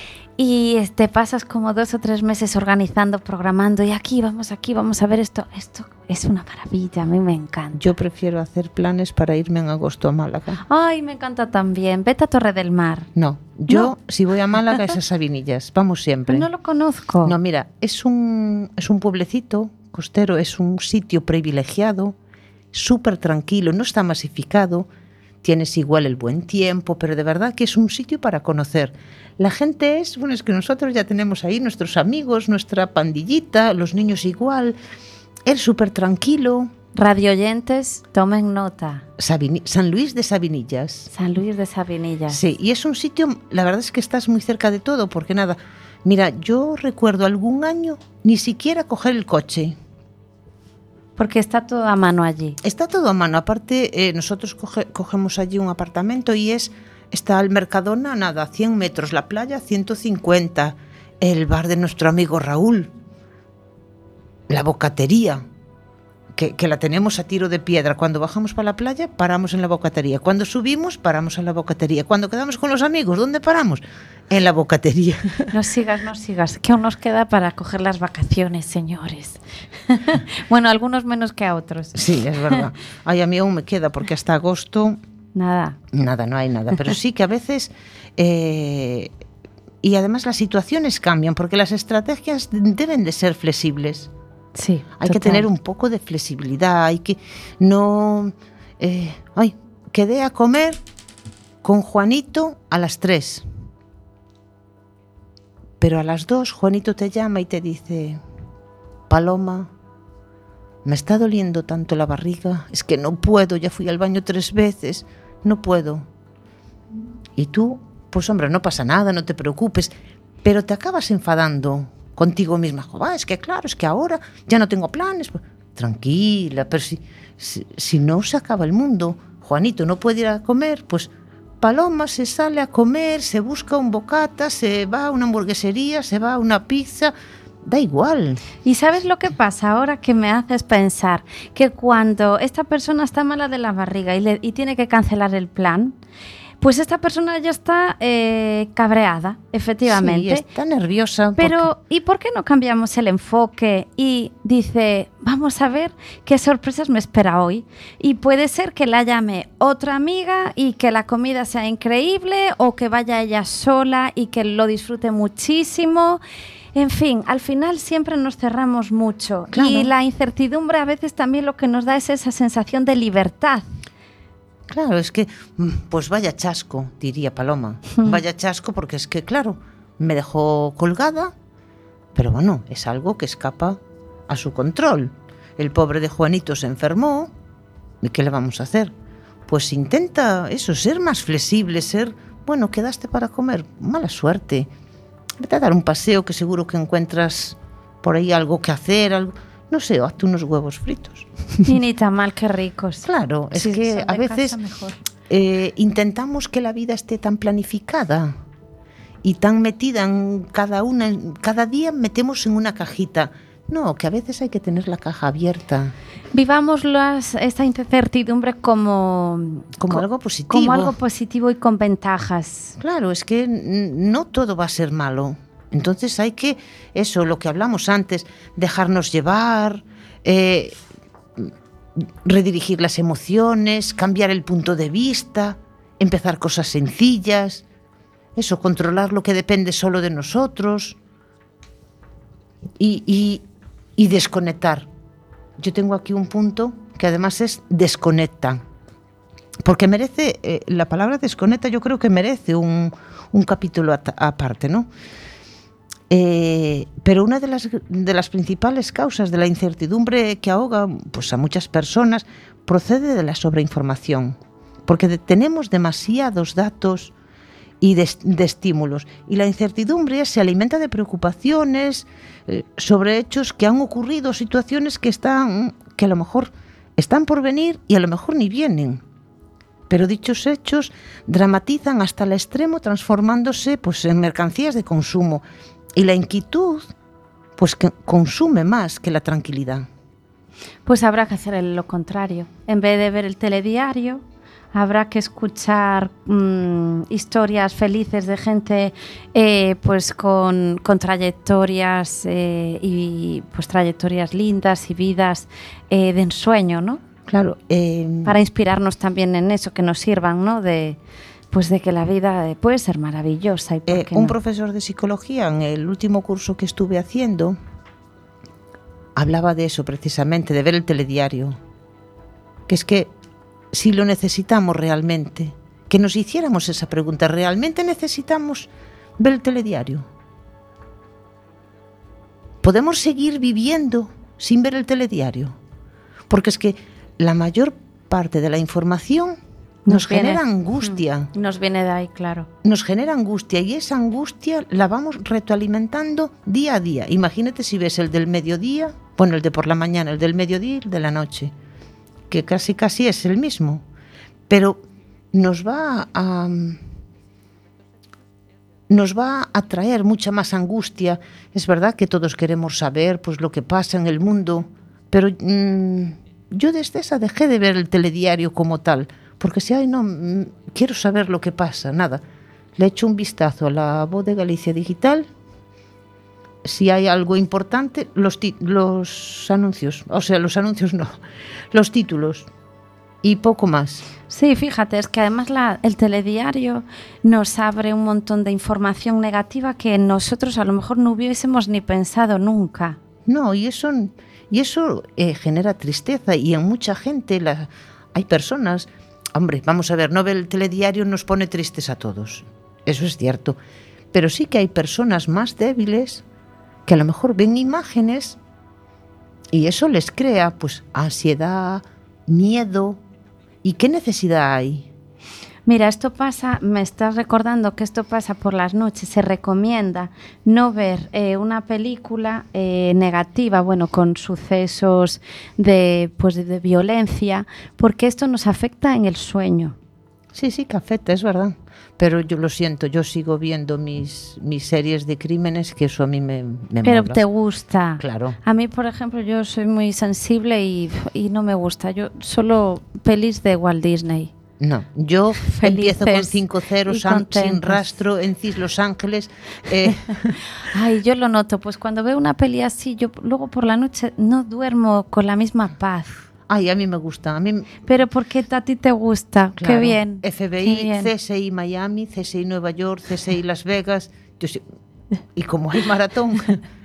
Y te pasas como 2 o 3 meses organizando, programando, y aquí vamos a ver esto. Esto es una maravilla, a mí me encanta. Yo prefiero hacer planes para irme en agosto a Málaga. Ay, me encanta también. Vete a Torre del Mar. No, yo si voy a Málaga es a Sabinillas, vamos siempre. No lo conozco. No, mira, es un pueblecito costero, es un sitio privilegiado, súper tranquilo, no está masificado, tienes igual el buen tiempo, pero de verdad que es un sitio para conocer. La gente es que nosotros ya tenemos ahí nuestros amigos, nuestra pandillita, los niños igual, es súper tranquilo. Radioyentes, tomen nota. San Luis de Sabinillas. San Luis de Sabinillas. Sí, y es un sitio, la verdad es que estás muy cerca de todo, porque nada, mira, yo recuerdo algún año ni siquiera coger el coche. Porque está todo a mano allí. Está todo a mano. Aparte, nosotros cogemos allí un apartamento y está el Mercadona, nada, 100 metros, la playa, 150, el bar de nuestro amigo Raúl, la bocatería, que la tenemos a tiro de piedra. Cuando bajamos para la playa, paramos en la bocatería. Cuando subimos, paramos en la bocatería. Cuando quedamos con los amigos, ¿dónde paramos? En la bocatería. No sigas, que aún nos queda para coger las vacaciones, señores. Bueno, algunos menos que a otros. Sí, es verdad. Ay, a mí aún me queda, porque hasta agosto... Nada, no hay nada. Pero sí que a veces... y además las situaciones cambian, porque las estrategias deben de ser flexibles. Sí, hay que tener un poco de flexibilidad, hay que no... quedé a comer con Juanito a las 3. Pero a las 2 Juanito te llama y te dice: Paloma, me está doliendo tanto la barriga, es que no puedo, ya fui al baño 3 veces, no puedo. Y tú, pues hombre, no pasa nada, no te preocupes, pero te acabas enfadando contigo misma. Es que claro, es que ahora ya no tengo planes. Tranquila, pero si no se acaba el mundo, Juanito no puede ir a comer, pues Paloma se sale a comer, se busca un bocata, se va a una hamburguesería, se va a una pizza, da igual. ¿Y sabes lo que pasa ahora que me haces pensar? Que cuando esta persona está mala de la barriga y tiene que cancelar el plan, pues esta persona ya está cabreada, efectivamente. Sí, está nerviosa. Pero, ¿y por qué no cambiamos el enfoque y dice, vamos a ver qué sorpresas me espera hoy? Y puede ser que la llame otra amiga y que la comida sea increíble, o que vaya ella sola y que lo disfrute muchísimo. En fin, al final siempre nos cerramos mucho. Claro. Y la incertidumbre a veces también lo que nos da es esa sensación de libertad. Claro, es que, pues vaya chasco, diría Paloma. Vaya chasco, porque es que, claro, me dejó colgada, pero bueno, es algo que escapa a su control. El pobre de Juanito se enfermó, ¿y qué le vamos a hacer? Pues intenta eso, ser más flexible, bueno, quedaste para comer, mala suerte. Vete a dar un paseo, que seguro que encuentras por ahí algo que hacer, algo... No sé, o hazte unos huevos fritos. Y ni tan mal, qué ricos. Claro, es que a veces intentamos que la vida esté tan planificada y tan metida en cada día metemos en una cajita. No, que a veces hay que tener la caja abierta. Vivamos esta incertidumbre como algo positivo. Como algo positivo y con ventajas. Claro, es que no todo va a ser malo. Entonces hay que, eso, lo que hablamos antes, dejarnos llevar, redirigir las emociones, cambiar el punto de vista, empezar cosas sencillas, eso, controlar lo que depende solo de nosotros y desconectar. Yo tengo aquí un punto que además es desconecta, porque merece, la palabra desconecta yo creo que merece un capítulo aparte, ¿no? Pero una de las principales causas de la incertidumbre que ahoga pues, a muchas personas procede de la sobreinformación, porque tenemos demasiados datos y de estímulos, y la incertidumbre se alimenta de preocupaciones sobre hechos que han ocurrido, situaciones que a lo mejor están por venir y a lo mejor ni vienen. Pero dichos hechos dramatizan hasta el extremo, transformándose pues, en mercancías de consumo. Y la inquietud, pues que consume más que la tranquilidad. Pues habrá que hacer lo contrario. En vez de ver el telediario, habrá que escuchar historias felices de gente pues con trayectorias y pues trayectorias lindas y vidas de ensueño, ¿no? Claro. Para inspirarnos también en eso, que nos sirvan, ¿no? Pues de que la vida puede ser maravillosa. ¿Y por qué no? Un profesor de psicología en el último curso que estuve haciendo hablaba de eso precisamente, de ver el telediario. Que es que si lo necesitamos realmente, que nos hiciéramos esa pregunta, ¿realmente necesitamos ver el telediario? ¿Podemos seguir viviendo sin ver el telediario? Porque es que la mayor parte de la información nos genera angustia. Nos viene de ahí, claro. Nos genera angustia y esa angustia la vamos retroalimentando día a día. Imagínate si ves el del mediodía, bueno, el de por la mañana, el del mediodía y el de la noche, que casi es el mismo. Pero nos va a traer mucha más angustia. Es verdad que todos queremos saber pues, lo que pasa en el mundo, pero yo desde esa dejé de ver el telediario como tal. Porque si quiero saber lo que pasa, nada. Le echo un vistazo a la Voz de Galicia Digital. Si hay algo importante, los anuncios. O sea, los anuncios no. Los títulos. Y poco más. Sí, fíjate, es que además el telediario nos abre un montón de información negativa que nosotros a lo mejor no hubiésemos ni pensado nunca. No, y eso genera tristeza. Y en mucha gente hay personas... Hombre, vamos a ver, no ver el telediario nos pone tristes a todos. Eso es cierto. Pero sí que hay personas más débiles que a lo mejor ven imágenes Y eso les crea pues ansiedad, miedo. ¿Y qué necesidad hay? Mira, esto pasa, me estás recordando que esto pasa por las noches. Se recomienda no ver una película negativa, bueno, con sucesos de violencia, porque esto nos afecta en el sueño. Sí, que afecta, es verdad. Pero yo lo siento, yo sigo viendo mis series de crímenes, que eso a mí me Pero mola. te gusta. Claro. A mí, por ejemplo, yo soy muy sensible y no me gusta. Yo solo pelis de Walt Disney. No, yo empiezo con 5 ceros, sin contentas. rastro, en Los Ángeles. Ay, yo lo noto, pues cuando veo una peli así, yo luego por la noche no duermo con la misma paz. Ay, a mí me gusta. Pero porque a ti te gusta, claro, qué bien. FBI, qué bien. CSI Miami, CSI Nueva York, CSI Las Vegas. Y como hay maratón,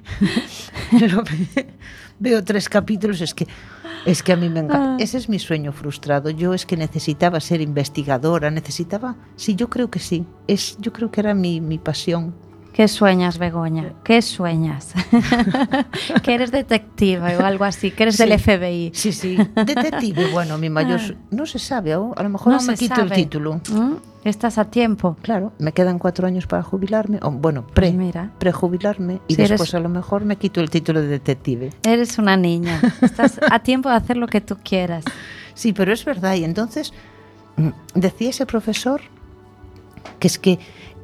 veo 3 capítulos, es que a mí me encanta. Ese es mi sueño frustrado. Yo es que necesitaba ser investigadora, sí, yo creo que sí. Yo creo que era mi pasión. ¿Qué sueñas, Begoña? ¿Qué sueñas? Que eres detective o algo así, que eres del FBI. Sí, detective. Bueno, mi mayor... No se sabe, a lo mejor no me quito el título. Estás a tiempo. Claro, me quedan 4 años para jubilarme, prejubilarme y si después a lo mejor me quito el título de detective. Eres una niña, estás a tiempo de hacer lo que tú quieras. Sí, pero es verdad. Y entonces decía ese profesor que es que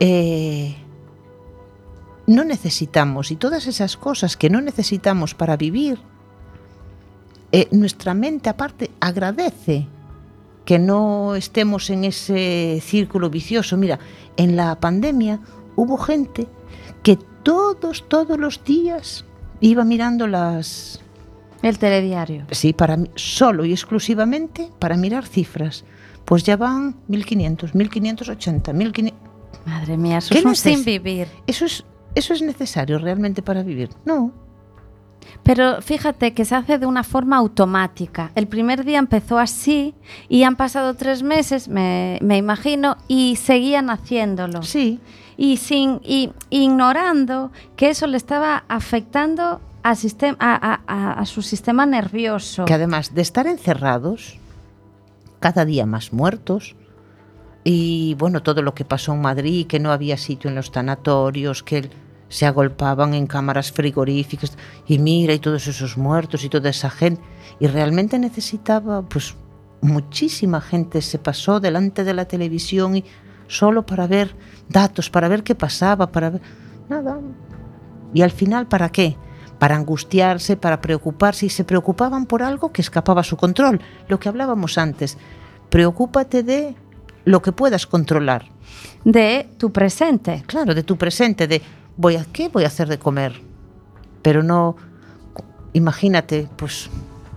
no necesitamos, y todas esas cosas que no necesitamos para vivir, nuestra mente aparte agradece que no estemos en ese círculo vicioso. Mira, en la pandemia hubo gente que todos los días iba mirando el telediario. Sí, solo y exclusivamente para mirar cifras. Pues ya van 1.500, 1.580, 1.500... Madre mía, eso es un sin vivir. ¿Eso es necesario realmente para vivir? No. Pero fíjate que se hace de una forma automática. El primer día empezó así y han pasado 3 meses, me imagino, y seguían haciéndolo. Sí. Y ignorando que eso le estaba afectando a su sistema nervioso. Que además de estar encerrados, cada día más muertos, y bueno, todo lo que pasó en Madrid, que no había sitio en los tanatorios, que se agolpaban en cámaras frigoríficas, y mira, y todos esos muertos y toda esa gente, y realmente necesitaba, pues muchísima gente se pasó delante de la televisión y solo para ver datos, para ver qué pasaba, para ver nada. Y al final, ¿para qué? Para angustiarse, para preocuparse, y se preocupaban por algo que escapaba a su control. Lo que hablábamos antes, preocúpate de lo que puedas controlar. De tu presente. Claro, de tu presente, de ¿qué voy a hacer de comer? Pero no, imagínate, pues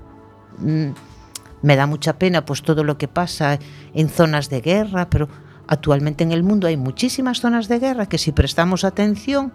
me da mucha pena pues todo lo que pasa en zonas de guerra, pero actualmente en el mundo hay muchísimas zonas de guerra que si prestamos atención,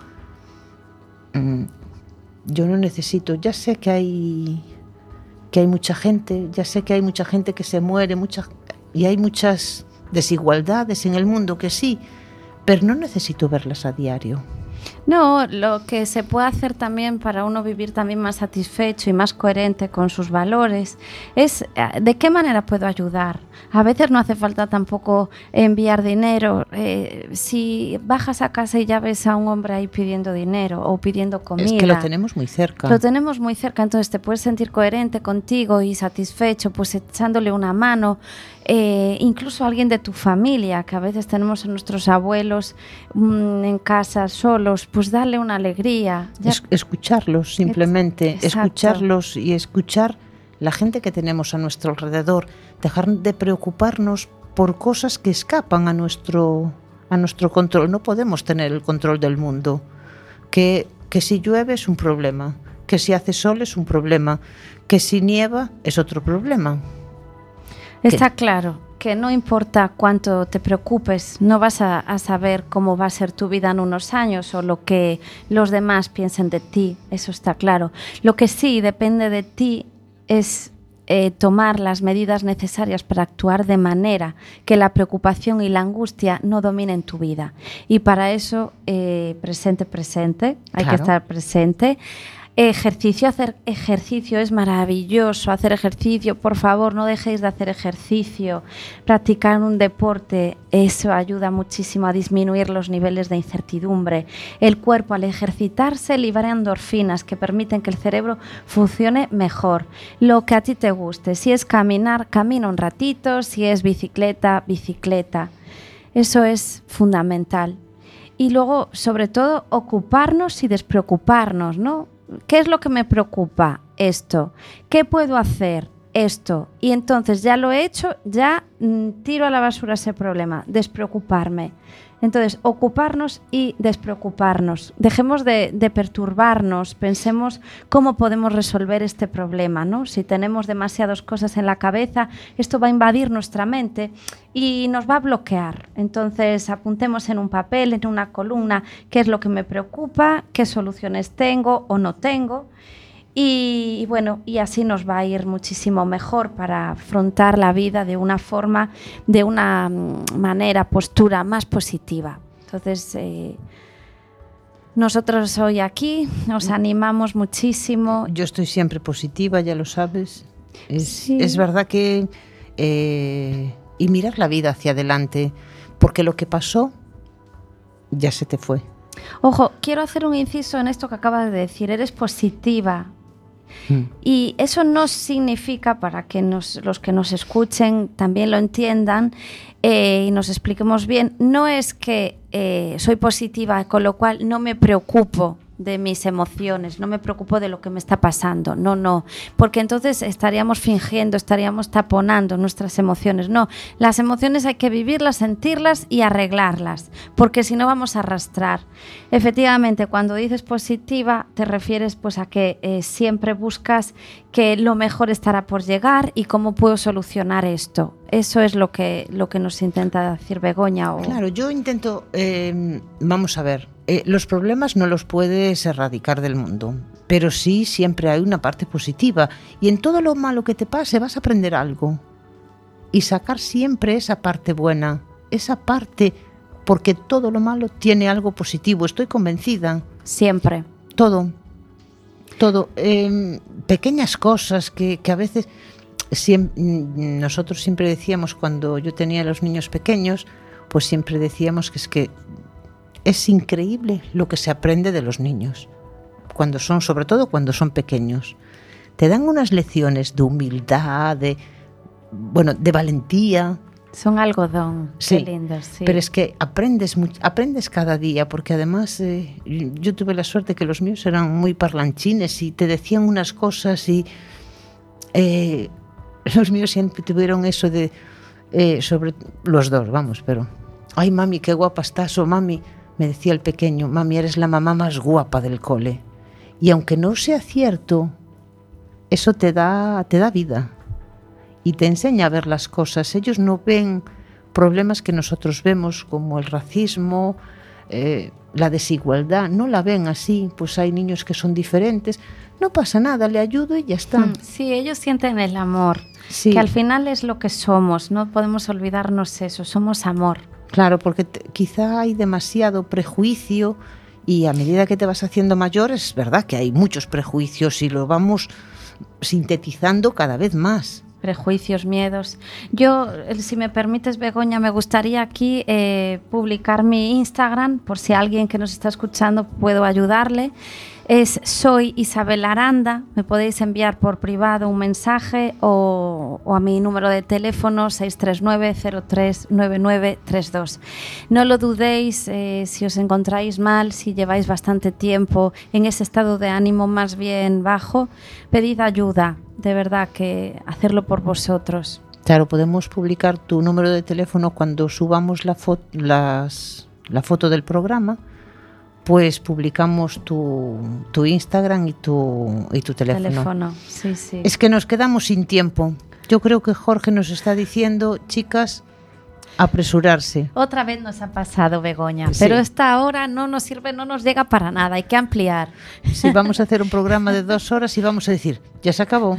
yo no necesito, ya sé que hay mucha gente, que se muere, y hay muchas desigualdades en el mundo que sí, pero no necesito verlas a diario. No, lo que se puede hacer también para uno vivir también más satisfecho y más coherente con sus valores es de qué manera puedo ayudar. A veces no hace falta tampoco enviar dinero. Si bajas a casa y ya ves a un hombre ahí pidiendo dinero o pidiendo comida. Es que lo tenemos muy cerca. Lo tenemos muy cerca, entonces te puedes sentir coherente contigo y satisfecho, pues echándole una mano. Incluso a alguien de tu familia, que a veces tenemos a nuestros abuelos en casa solos, pues darle una alegría. Escucharlos simplemente, Exacto. Escucharlos y escuchar la gente que tenemos a nuestro alrededor, dejar de preocuparnos por cosas que escapan a nuestro control. No podemos tener el control del mundo, que si llueve es un problema, que si hace sol es un problema, que si nieva es otro problema. Está claro que no importa cuánto te preocupes, no vas a saber cómo va a ser tu vida en unos años o lo que los demás piensen de ti, eso está claro. Lo que sí depende de ti es tomar las medidas necesarias para actuar de manera que la preocupación y la angustia no dominen tu vida. Y para eso, presente, hay claro. que estar presente. Ejercicio, hacer ejercicio es maravilloso, hacer ejercicio, por favor, no dejéis de hacer ejercicio, practicar un deporte, eso ayuda muchísimo a disminuir los niveles de incertidumbre. El cuerpo al ejercitarse libera endorfinas que permiten que el cerebro funcione mejor. Lo que a ti te guste, si es caminar, camina un ratito, si es bicicleta, bicicleta. Eso es fundamental. Y luego, sobre todo, ocuparnos y despreocuparnos, ¿no? ¿Qué es lo que me preocupa? Esto. ¿Qué puedo hacer? Esto. Y entonces ya lo he hecho, ya tiro a la basura ese problema. Despreocuparme. Entonces, ocuparnos y despreocuparnos. Dejemos de perturbarnos, pensemos cómo podemos resolver este problema, ¿no? Si tenemos demasiadas cosas en la cabeza, esto va a invadir nuestra mente y nos va a bloquear. Entonces, apuntemos en un papel, en una columna, qué es lo que me preocupa, qué soluciones tengo o no tengo. Y bueno, y así nos va a ir muchísimo mejor para afrontar la vida de una forma, de una manera, postura más positiva. Entonces, nosotros hoy aquí os animamos muchísimo. Yo estoy siempre positiva, ya lo sabes. Sí. Es verdad que... y mirar la vida hacia adelante, porque lo que pasó ya se te fue. Ojo, quiero hacer un inciso en esto que acabas de decir, eres positiva. Y eso no significa, para que los que nos escuchen también lo entiendan y nos expliquemos bien, no es que soy positiva, con lo cual no me preocupo de mis emociones, no me preocupo de lo que me está pasando, no, porque entonces estaríamos fingiendo, estaríamos taponando nuestras emociones. No, las emociones hay que vivirlas, sentirlas y arreglarlas, porque si no vamos a arrastrar. Efectivamente, cuando dices positiva, te refieres pues a que siempre buscas que lo mejor estará por llegar y cómo puedo solucionar esto. Eso es lo que nos intenta decir Begoña. Claro, yo intento, vamos a ver, los problemas no los puedes erradicar del mundo, pero sí siempre hay una parte positiva y en todo lo malo que te pase vas a aprender algo y sacar siempre esa parte buena, esa parte, porque todo lo malo tiene algo positivo, estoy convencida. Siempre. Todo, pequeñas cosas que a veces... nosotros siempre decíamos, cuando yo tenía a los niños pequeños, pues siempre decíamos que es increíble lo que se aprende de los niños, sobre todo cuando son pequeños. Te dan unas lecciones de humildad, de valentía. Son algodón, sí, qué lindos, sí. Pero es que aprendes cada día, porque además yo tuve la suerte que los míos eran muy parlanchines y te decían unas cosas y... los míos siempre tuvieron eso de, sobre los dos, vamos, pero, ay mami, qué guapa estás, o mami, me decía el pequeño, mami, eres la mamá más guapa del cole. Y aunque no sea cierto, eso te da vida y te enseña a ver las cosas. Ellos no ven problemas que nosotros vemos, como el racismo, la desigualdad, no la ven así. Pues hay niños que son diferentes, no pasa nada, le ayudo y ya está. Sí, ellos sienten el amor, sí. Que al final es lo que somos, no podemos olvidarnos eso, somos amor. Claro, porque quizá hay demasiado prejuicio y a medida que te vas haciendo mayor es verdad que hay muchos prejuicios y lo vamos sintetizando cada vez más. Prejuicios, miedos. Yo, si me permites, Begoña, me gustaría aquí publicar mi Instagram, por si alguien que nos está escuchando puedo ayudarle. Soy Isabel Aranda, me podéis enviar por privado un mensaje o a mi número de teléfono 639-039932. No lo dudéis, si os encontráis mal, si lleváis bastante tiempo en ese estado de ánimo más bien bajo, pedid ayuda, de verdad que hacerlo por vosotros. Claro, podemos publicar tu número de teléfono cuando subamos la foto del programa. Pues publicamos tu Instagram y tu teléfono. Sí, sí. Es que nos quedamos sin tiempo. Yo creo que Jorge nos está diciendo, chicas, apresurarse. Otra vez nos ha pasado, Begoña, sí. Pero esta hora no nos sirve, no nos llega para nada, hay que ampliar. Sí, vamos a hacer un programa de 2 horas y vamos a decir, ya se acabó.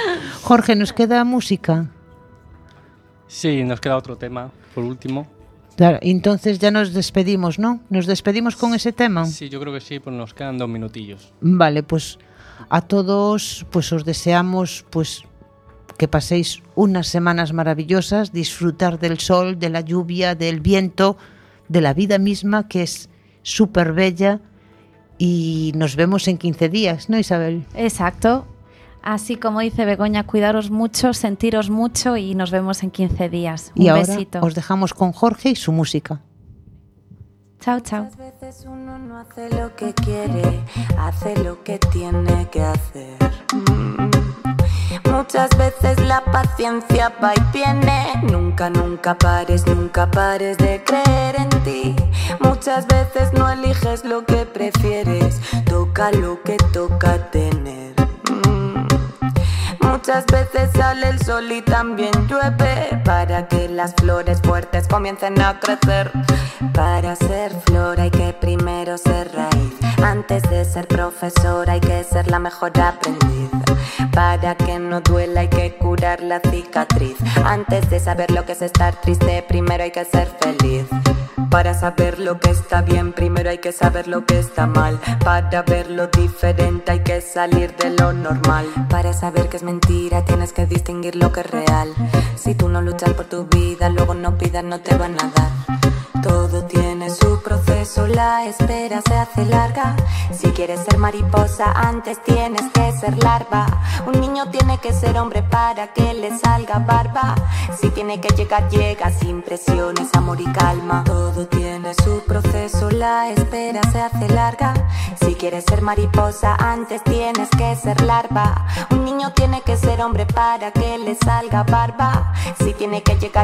Jorge, ¿nos queda música? Sí, nos queda otro tema, por último. Claro, entonces ya nos despedimos, ¿no? ¿Nos despedimos con ese tema? Sí, yo creo que sí, pues nos quedan 2 minutillos. Vale, pues a todos pues os deseamos pues que paséis unas semanas maravillosas, disfrutar del sol, de la lluvia, del viento, de la vida misma, que es súper bella, y nos vemos en 15 días, ¿no, Isabel? Exacto. Así como dice Begoña, cuidaros mucho, sentiros mucho y nos vemos en 15 días. Un besito. Ahora os dejamos con Jorge y su música. Chao, chao. Muchas veces uno no hace lo que quiere, hace lo que tiene que hacer. Muchas veces la paciencia va y viene. Nunca pares de creer en ti. Muchas veces no eliges lo que prefieres, toca lo que toca tener. Muchas veces sale el sol y también llueve, para que las flores fuertes comiencen a crecer. Para ser flor hay que primero ser raíz. Antes de ser profesor hay que ser la mejor aprendiz. Para que no duela hay que curar la cicatriz. Antes de saber lo que es estar triste, primero hay que ser feliz. Para saber lo que está bien, primero hay que saber lo que está mal. Para ver lo diferente hay que salir de lo normal. Para saber que es mentira tienes que distinguir lo que es real. Si tú no luchas por tu vida, luego no pidas, no te van a dar. Todo tiene su proceso, la espera se hace larga. Si quieres ser mariposa, antes tienes que ser larva. Un niño tiene que ser hombre para que le salga barba. Si tiene que llegar, llega sin presiones, amor y calma. Todo tiene su proceso, la espera se hace larga. Si quieres ser mariposa, antes tienes que ser larva. Un niño tiene que ser hombre para que le salga barba. Si tiene que llegar